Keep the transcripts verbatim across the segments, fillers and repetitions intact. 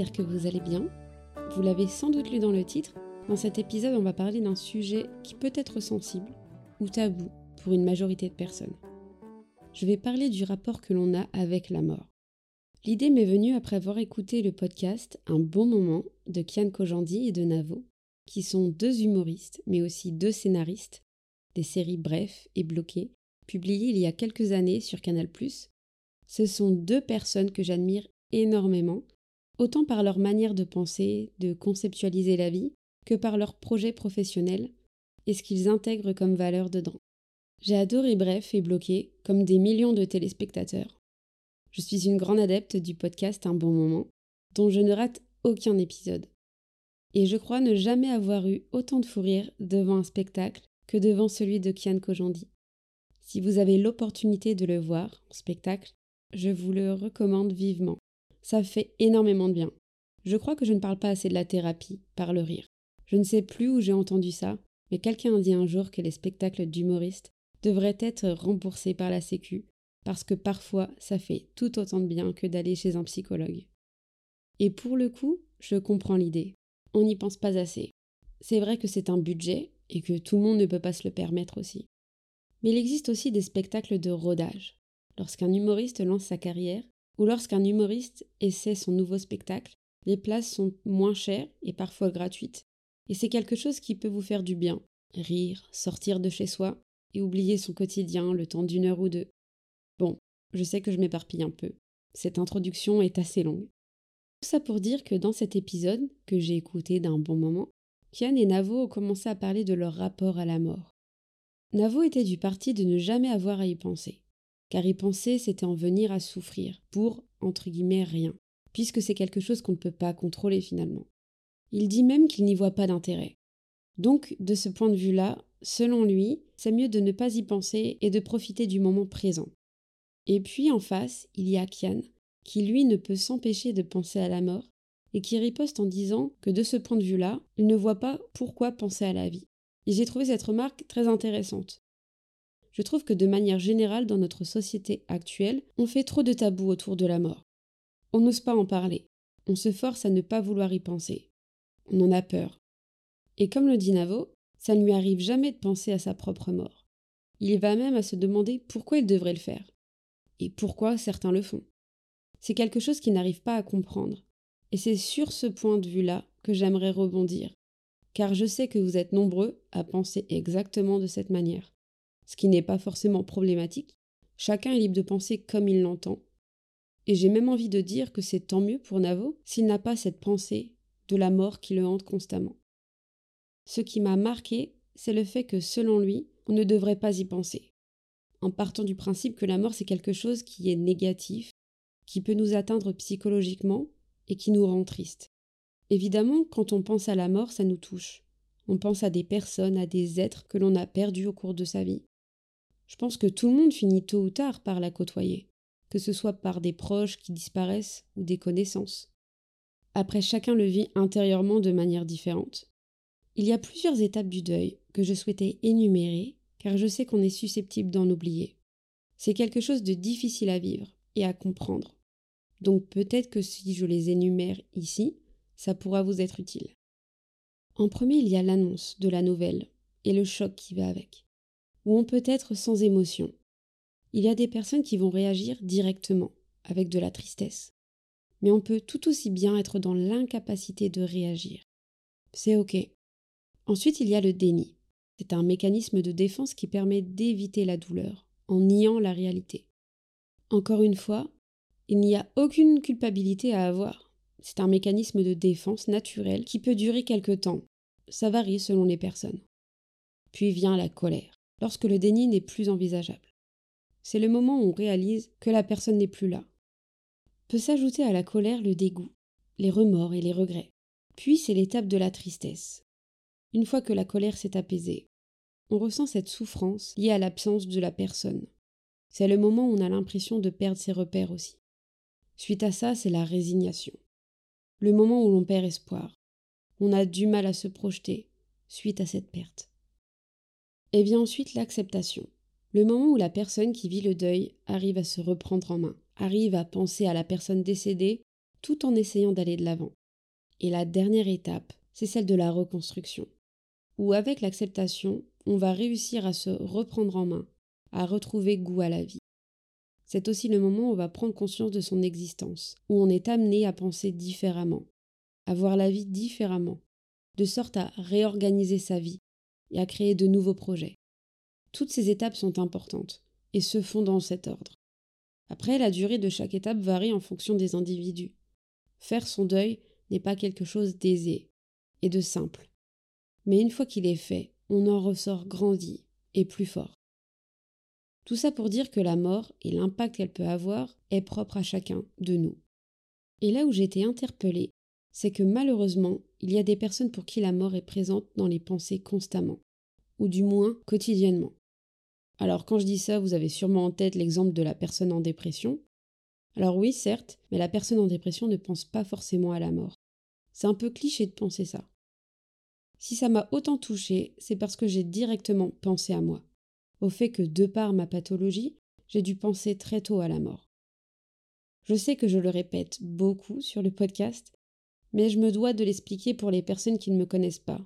j'espère que vous allez bien. Vous l'avez sans doute lu dans le titre, dans cet épisode on va parler d'un sujet qui peut être sensible ou tabou pour une majorité de personnes. Je vais parler du rapport que l'on a avec la mort. L'idée m'est venue après avoir écouté le podcast Un bon moment de Kian Kojandi et de Navo, qui sont deux humoristes mais aussi deux scénaristes des séries Bref et Bloqué, publiées il y a quelques années sur Canal plus. Ce sont deux personnes que j'admire énormément, autant par leur manière de penser, de conceptualiser la vie, que par leurs projets professionnels et ce qu'ils intègrent comme valeur dedans. J'ai adoré Bref et Bloqué, comme des millions de téléspectateurs. Je suis une grande adepte du podcast Un bon moment, dont je ne rate aucun épisode. Et je crois ne jamais avoir eu autant de fou rire devant un spectacle que devant celui de Kian Kojandi. Si vous avez l'opportunité de le voir en spectacle, je vous le recommande vivement. Ça fait énormément de bien. Je crois que je ne parle pas assez de la thérapie par le rire. Je ne sais plus où j'ai entendu ça, mais quelqu'un a dit un jour que les spectacles d'humoristes devraient être remboursés par la Sécu, parce que parfois ça fait tout autant de bien que d'aller chez un psychologue. Et pour le coup, je comprends l'idée. On n'y pense pas assez. C'est vrai que c'est un budget et que tout le monde ne peut pas se le permettre aussi. Mais il existe aussi des spectacles de rodage. Lorsqu'un humoriste lance sa carrière, ou lorsqu'un humoriste essaie son nouveau spectacle, les places sont moins chères et parfois gratuites. Et c'est quelque chose qui peut vous faire du bien. Rire, sortir de chez soi et oublier son quotidien le temps d'une heure ou deux. Bon, je sais que je m'éparpille un peu. Cette introduction est assez longue. Tout ça pour dire que dans cet épisode, que j'ai écouté d'un bon moment, Kian et Navo ont commencé à parler de leur rapport à la mort. Navo était du parti de ne jamais avoir à y penser. Car y penser, c'était en venir à souffrir, pour, entre guillemets, rien, puisque c'est quelque chose qu'on ne peut pas contrôler finalement. Il dit même qu'il n'y voit pas d'intérêt. Donc, de ce point de vue-là, selon lui, c'est mieux de ne pas y penser et de profiter du moment présent. Et puis en face, il y a Kian, qui lui ne peut s'empêcher de penser à la mort, et qui riposte en disant que de ce point de vue-là, il ne voit pas pourquoi penser à la vie. Et j'ai trouvé cette remarque très intéressante. Je trouve que de manière générale, dans notre société actuelle, on fait trop de tabous autour de la mort. On n'ose pas en parler. On se force à ne pas vouloir y penser. On en a peur. Et comme le dit Navo, ça ne lui arrive jamais de penser à sa propre mort. Il y va même à se demander pourquoi il devrait le faire. Et pourquoi certains le font. C'est quelque chose qu'il n'arrive pas à comprendre. Et c'est sur ce point de vue-là que j'aimerais rebondir. Car je sais que vous êtes nombreux à penser exactement de cette manière. Ce qui n'est pas forcément problématique. Chacun est libre de penser comme il l'entend. Et j'ai même envie de dire que c'est tant mieux pour Navo s'il n'a pas cette pensée de la mort qui le hante constamment. Ce qui m'a marqué, c'est le fait que selon lui, on ne devrait pas y penser. En partant du principe que la mort c'est quelque chose qui est négatif, qui peut nous atteindre psychologiquement et qui nous rend tristes. Évidemment, quand on pense à la mort, ça nous touche. On pense à des personnes, à des êtres que l'on a perdus au cours de sa vie. Je pense que tout le monde finit tôt ou tard par la côtoyer, que ce soit par des proches qui disparaissent ou des connaissances. Après, chacun le vit intérieurement de manière différente. Il y a plusieurs étapes du deuil que je souhaitais énumérer, car je sais qu'on est susceptible d'en oublier. C'est quelque chose de difficile à vivre et à comprendre. Donc peut-être que si je les énumère ici, ça pourra vous être utile. En premier, il y a l'annonce de la nouvelle et le choc qui va avec, où on peut être sans émotion. Il y a des personnes qui vont réagir directement, avec de la tristesse. Mais on peut tout aussi bien être dans l'incapacité de réagir. C'est ok. Ensuite, il y a le déni. C'est un mécanisme de défense qui permet d'éviter la douleur, en niant la réalité. Encore une fois, il n'y a aucune culpabilité à avoir. C'est un mécanisme de défense naturel qui peut durer quelque temps. Ça varie selon les personnes. Puis vient la colère, lorsque le déni n'est plus envisageable. C'est le moment où on réalise que la personne n'est plus là. Peut s'ajouter à la colère le dégoût, les remords et les regrets. Puis c'est l'étape de la tristesse. Une fois que la colère s'est apaisée, on ressent cette souffrance liée à l'absence de la personne. C'est le moment où on a l'impression de perdre ses repères aussi. Suite à ça, c'est la résignation. Le moment où l'on perd espoir. On a du mal à se projeter suite à cette perte. Et vient ensuite l'acceptation. Le moment où la personne qui vit le deuil arrive à se reprendre en main, arrive à penser à la personne décédée tout en essayant d'aller de l'avant. Et la dernière étape, c'est celle de la reconstruction, où avec l'acceptation, on va réussir à se reprendre en main, à retrouver goût à la vie. C'est aussi le moment où on va prendre conscience de son existence, où on est amené à penser différemment, à voir la vie différemment, de sorte à réorganiser sa vie et à créer de nouveaux projets. Toutes ces étapes sont importantes et se font dans cet ordre. Après, la durée de chaque étape varie en fonction des individus. Faire son deuil n'est pas quelque chose d'aisé et de simple. Mais une fois qu'il est fait, on en ressort grandi et plus fort. Tout ça pour dire que la mort et l'impact qu'elle peut avoir est propre à chacun de nous. Et là où j'ai été interpellée, c'est que malheureusement, il y a des personnes pour qui la mort est présente dans les pensées constamment, ou du moins quotidiennement. Alors quand je dis ça, vous avez sûrement en tête l'exemple de la personne en dépression. Alors oui, certes, mais la personne en dépression ne pense pas forcément à la mort. C'est un peu cliché de penser ça. Si ça m'a autant touchée, c'est parce que j'ai directement pensé à moi, au fait que de par ma pathologie, j'ai dû penser très tôt à la mort. Je sais que je le répète beaucoup sur le podcast, mais je me dois de l'expliquer pour les personnes qui ne me connaissent pas.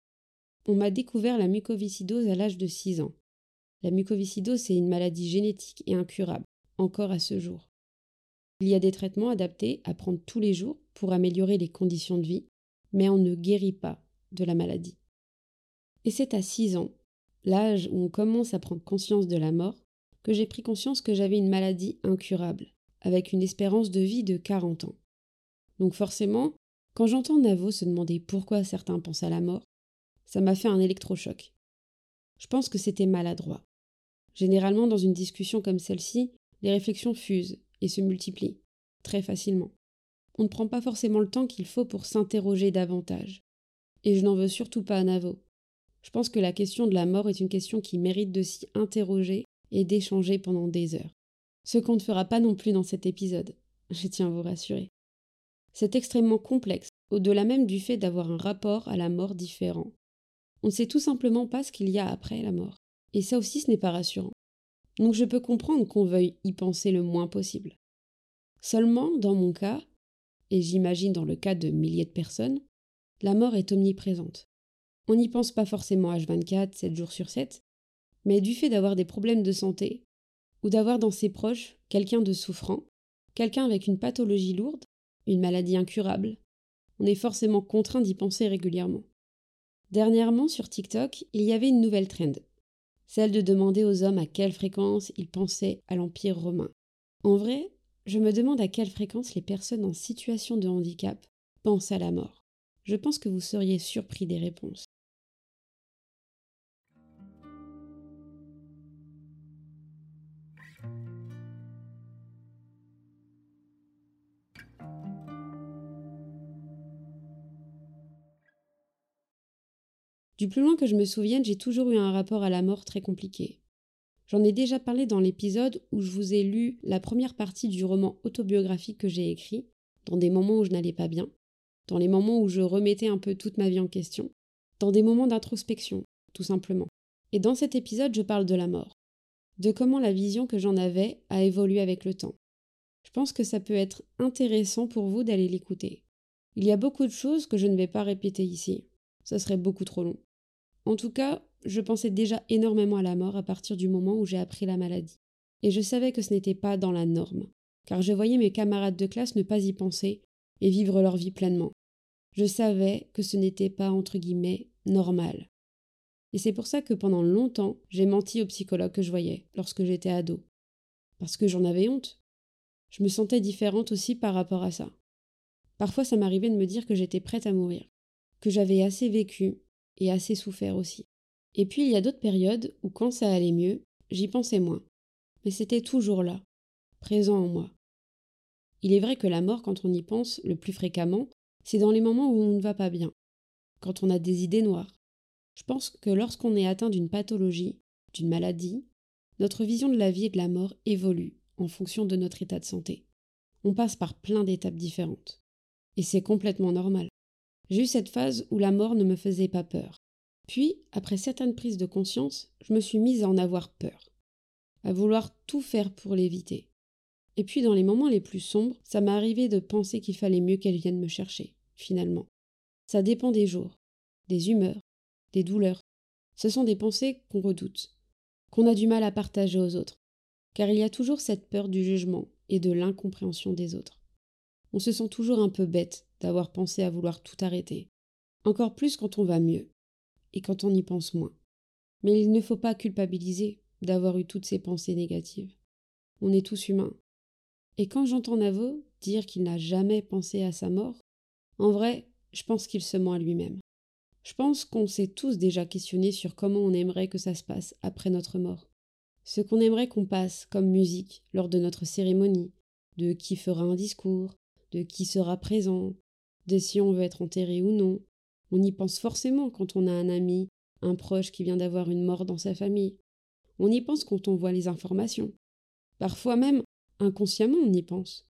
On m'a découvert la mucoviscidose à l'âge de six ans. La mucoviscidose, c'est une maladie génétique et incurable, encore à ce jour. Il y a des traitements adaptés à prendre tous les jours pour améliorer les conditions de vie, mais on ne guérit pas de la maladie. Et c'est à six ans, l'âge où on commence à prendre conscience de la mort, que j'ai pris conscience que j'avais une maladie incurable, avec une espérance de vie de quarante ans. Donc forcément, quand j'entends Navo se demander pourquoi certains pensent à la mort, ça m'a fait un électrochoc. Je pense que c'était maladroit. Généralement, dans une discussion comme celle-ci, les réflexions fusent et se multiplient, très facilement. On ne prend pas forcément le temps qu'il faut pour s'interroger davantage. Et je n'en veux surtout pas à Navo. Je pense que la question de la mort est une question qui mérite de s'y interroger et d'échanger pendant des heures. Ce qu'on ne fera pas non plus dans cet épisode, je tiens à vous rassurer. C'est extrêmement complexe, au-delà même du fait d'avoir un rapport à la mort différent. On ne sait tout simplement pas ce qu'il y a après la mort. Et ça aussi, ce n'est pas rassurant. Donc je peux comprendre qu'on veuille y penser le moins possible. Seulement, dans mon cas, et j'imagine dans le cas de milliers de personnes, la mort est omniprésente. On n'y pense pas forcément H vingt-quatre, sept jours sur sept, mais du fait d'avoir des problèmes de santé, ou d'avoir dans ses proches quelqu'un de souffrant, quelqu'un avec une pathologie lourde, une maladie incurable, on est forcément contraint d'y penser régulièrement. Dernièrement, sur TikTok, il y avait une nouvelle trend, celle de demander aux hommes à quelle fréquence ils pensaient à l'Empire romain. En vrai, je me demande à quelle fréquence les personnes en situation de handicap pensent à la mort. Je pense que vous seriez surpris des réponses. Du plus loin que je me souvienne, j'ai toujours eu un rapport à la mort très compliqué. J'en ai déjà parlé dans l'épisode où je vous ai lu la première partie du roman autobiographique que j'ai écrit, dans des moments où je n'allais pas bien, dans les moments où je remettais un peu toute ma vie en question, dans des moments d'introspection, tout simplement. Et dans cet épisode, je parle de la mort, de comment la vision que j'en avais a évolué avec le temps. Je pense que ça peut être intéressant pour vous d'aller l'écouter. Il y a beaucoup de choses que je ne vais pas répéter ici, ça serait beaucoup trop long. En tout cas, je pensais déjà énormément à la mort à partir du moment où j'ai appris la maladie. Et je savais que ce n'était pas dans la norme, car je voyais mes camarades de classe ne pas y penser et vivre leur vie pleinement. Je savais que ce n'était pas, entre guillemets, normal. Et c'est pour ça que pendant longtemps, j'ai menti aux psychologues que je voyais lorsque j'étais ado. Parce que j'en avais honte. Je me sentais différente aussi par rapport à ça. Parfois, ça m'arrivait de me dire que j'étais prête à mourir, que j'avais assez vécu et assez souffert aussi. Et puis il y a d'autres périodes où quand ça allait mieux, j'y pensais moins. Mais c'était toujours là, présent en moi. Il est vrai que la mort, quand on y pense le plus fréquemment, c'est dans les moments où on ne va pas bien, quand on a des idées noires. Je pense que lorsqu'on est atteint d'une pathologie, d'une maladie, notre vision de la vie et de la mort évolue en fonction de notre état de santé. On passe par plein d'étapes différentes. Et c'est complètement normal. J'ai eu cette phase où la mort ne me faisait pas peur. Puis, après certaines prises de conscience, je me suis mise à en avoir peur, à vouloir tout faire pour l'éviter. Et puis dans les moments les plus sombres, ça m'est arrivé de penser qu'il fallait mieux qu'elle vienne me chercher, finalement. Ça dépend des jours, des humeurs, des douleurs. Ce sont des pensées qu'on redoute, qu'on a du mal à partager aux autres, car il y a toujours cette peur du jugement et de l'incompréhension des autres. On se sent toujours un peu bête d'avoir pensé à vouloir tout arrêter, encore plus quand on va mieux, et quand on y pense moins. Mais il ne faut pas culpabiliser d'avoir eu toutes ces pensées négatives. On est tous humains. Et quand j'entends Navo dire qu'il n'a jamais pensé à sa mort, en vrai, je pense qu'il se ment à lui-même. Je pense qu'on s'est tous déjà questionnés sur comment on aimerait que ça se passe après notre mort. Ce qu'on aimerait qu'on passe comme musique lors de notre cérémonie, de qui fera un discours, de qui sera présent, de si on veut être enterré ou non. On y pense forcément quand on a un ami, un proche qui vient d'avoir une mort dans sa famille. On y pense quand on voit les informations. Parfois même, inconsciemment, on y pense.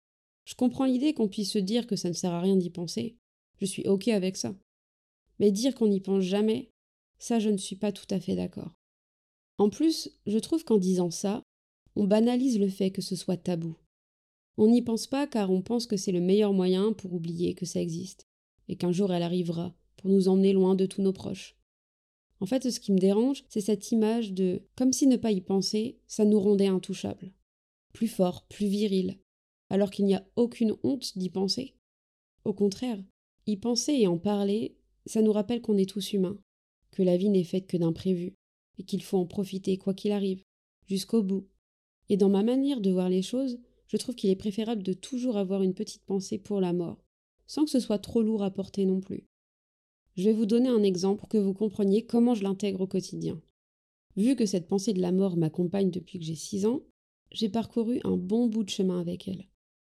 Je comprends l'idée qu'on puisse se dire que ça ne sert à rien d'y penser. Je suis OK avec ça. Mais dire qu'on n'y pense jamais, ça je ne suis pas tout à fait d'accord. En plus, je trouve qu'en disant ça, on banalise le fait que ce soit tabou. On n'y pense pas car on pense que c'est le meilleur moyen pour oublier que ça existe, et qu'un jour elle arrivera, pour nous emmener loin de tous nos proches. En fait, ce qui me dérange, c'est cette image de comme si ne pas y penser, ça nous rendait intouchables. Plus forts, plus virils, alors qu'il n'y a aucune honte d'y penser. Au contraire, y penser et en parler, ça nous rappelle qu'on est tous humains, que la vie n'est faite que d'imprévus, et qu'il faut en profiter quoi qu'il arrive, jusqu'au bout. Et dans ma manière de voir les choses, je trouve qu'il est préférable de toujours avoir une petite pensée pour la mort, sans que ce soit trop lourd à porter non plus. Je vais vous donner un exemple pour que vous compreniez comment je l'intègre au quotidien. Vu que cette pensée de la mort m'accompagne depuis que j'ai six ans, j'ai parcouru un bon bout de chemin avec elle.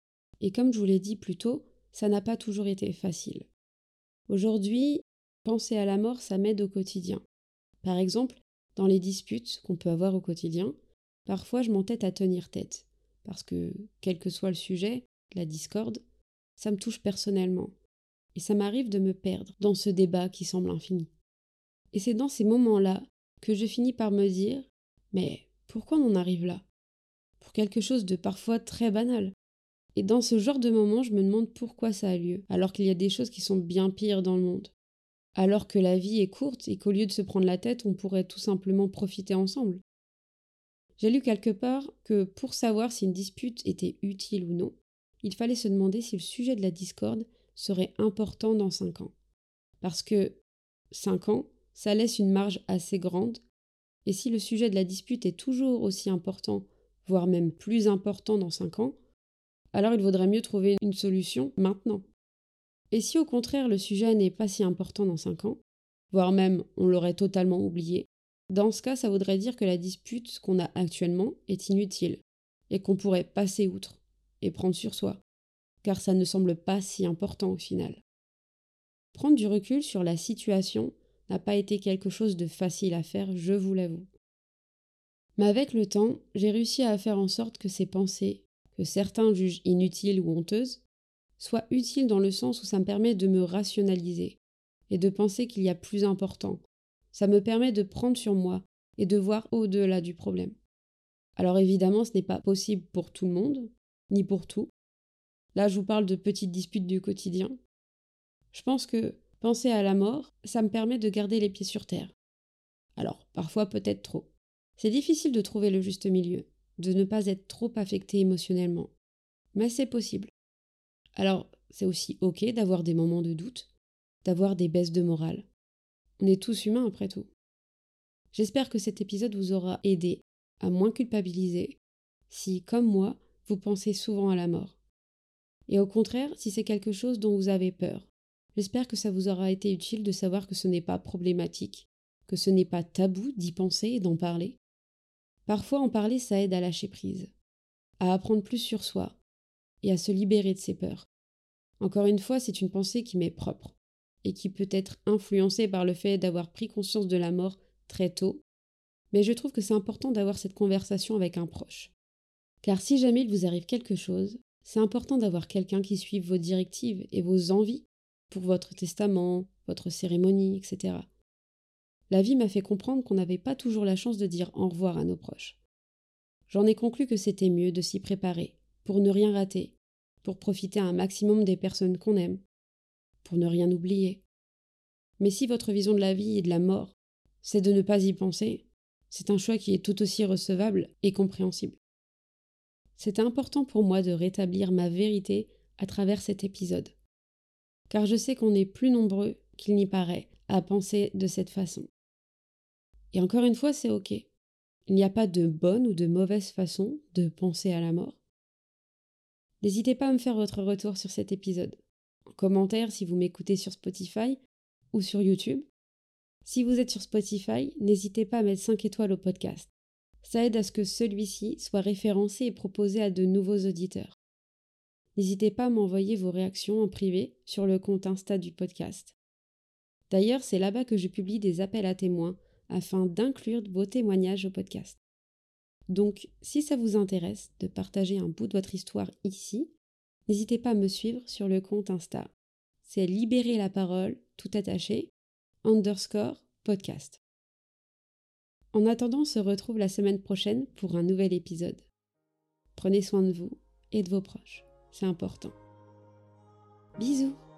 Et comme je vous l'ai dit plus tôt, ça n'a pas toujours été facile. Aujourd'hui, penser à la mort, ça m'aide au quotidien. Par exemple, dans les disputes qu'on peut avoir au quotidien, parfois je m'entête à tenir tête, parce que, quel que soit le sujet, la discorde, ça me touche personnellement. Et ça m'arrive de me perdre dans ce débat qui semble infini. Et c'est dans ces moments-là que je finis par me dire « Mais pourquoi on en arrive là ?» Pour quelque chose de parfois très banal. Et dans ce genre de moment, je me demande pourquoi ça a lieu, alors qu'il y a des choses qui sont bien pires dans le monde. Alors que la vie est courte et qu'au lieu de se prendre la tête, on pourrait tout simplement profiter ensemble. J'ai lu quelque part que pour savoir si une dispute était utile ou non, il fallait se demander si le sujet de la discorde serait important dans cinq ans. Parce que cinq ans, ça laisse une marge assez grande, et si le sujet de la dispute est toujours aussi important, voire même plus important dans cinq ans, alors il vaudrait mieux trouver une solution maintenant. Et si au contraire le sujet n'est pas si important dans cinq ans, voire même on l'aurait totalement oublié, dans ce cas ça voudrait dire que la dispute qu'on a actuellement est inutile, et qu'on pourrait passer outre, et prendre sur soi, car ça ne semble pas si important au final. Prendre du recul sur la situation n'a pas été quelque chose de facile à faire, je vous l'avoue. Mais avec le temps, j'ai réussi à faire en sorte que ces pensées, que certains jugent inutiles ou honteuses, soient utiles dans le sens où ça me permet de me rationaliser et de penser qu'il y a plus important. Ça me permet de prendre sur moi et de voir au-delà du problème. Alors évidemment, ce n'est pas possible pour tout le monde, ni pour tout. Là, je vous parle de petites disputes du quotidien. Je pense que penser à la mort, ça me permet de garder les pieds sur terre. Alors, parfois peut-être trop. C'est difficile de trouver le juste milieu, de ne pas être trop affecté émotionnellement. Mais c'est possible. Alors, c'est aussi ok d'avoir des moments de doute, d'avoir des baisses de morale. On est tous humains après tout. J'espère que cet épisode vous aura aidé à moins culpabiliser si, comme moi, vous pensez souvent à la mort. Et au contraire, si c'est quelque chose dont vous avez peur, j'espère que ça vous aura été utile de savoir que ce n'est pas problématique, que ce n'est pas tabou d'y penser et d'en parler. Parfois, en parler, ça aide à lâcher prise, à apprendre plus sur soi et à se libérer de ses peurs. Encore une fois, c'est une pensée qui m'est propre et qui peut être influencée par le fait d'avoir pris conscience de la mort très tôt, mais je trouve que c'est important d'avoir cette conversation avec un proche. Car si jamais il vous arrive quelque chose, c'est important d'avoir quelqu'un qui suive vos directives et vos envies pour votre testament, votre cérémonie, et cetera. La vie m'a fait comprendre qu'on n'avait pas toujours la chance de dire au revoir à nos proches. J'en ai conclu que c'était mieux de s'y préparer pour ne rien rater, pour profiter un maximum des personnes qu'on aime, pour ne rien oublier. Mais si votre vision de la vie et de la mort, c'est de ne pas y penser, c'est un choix qui est tout aussi recevable et compréhensible. C'était important pour moi de rétablir ma vérité à travers cet épisode, car je sais qu'on est plus nombreux qu'il n'y paraît à penser de cette façon. Et encore une fois, c'est ok. Il n'y a pas de bonne ou de mauvaise façon de penser à la mort. N'hésitez pas à me faire votre retour sur cet épisode, en commentaire si vous m'écoutez sur Spotify ou sur YouTube. Si vous êtes sur Spotify, n'hésitez pas à mettre cinq étoiles au podcast. Ça aide à ce que celui-ci soit référencé et proposé à de nouveaux auditeurs. N'hésitez pas à m'envoyer vos réactions en privé sur le compte Insta du podcast. D'ailleurs, c'est là-bas que je publie des appels à témoins afin d'inclure vos témoignages au podcast. Donc, si ça vous intéresse de partager un bout de votre histoire ici, n'hésitez pas à me suivre sur le compte Insta. C'est libérer la parole, tout attaché, underscore podcast. En attendant, on se retrouve la semaine prochaine pour un nouvel épisode. Prenez soin de vous et de vos proches, c'est important. Bisous!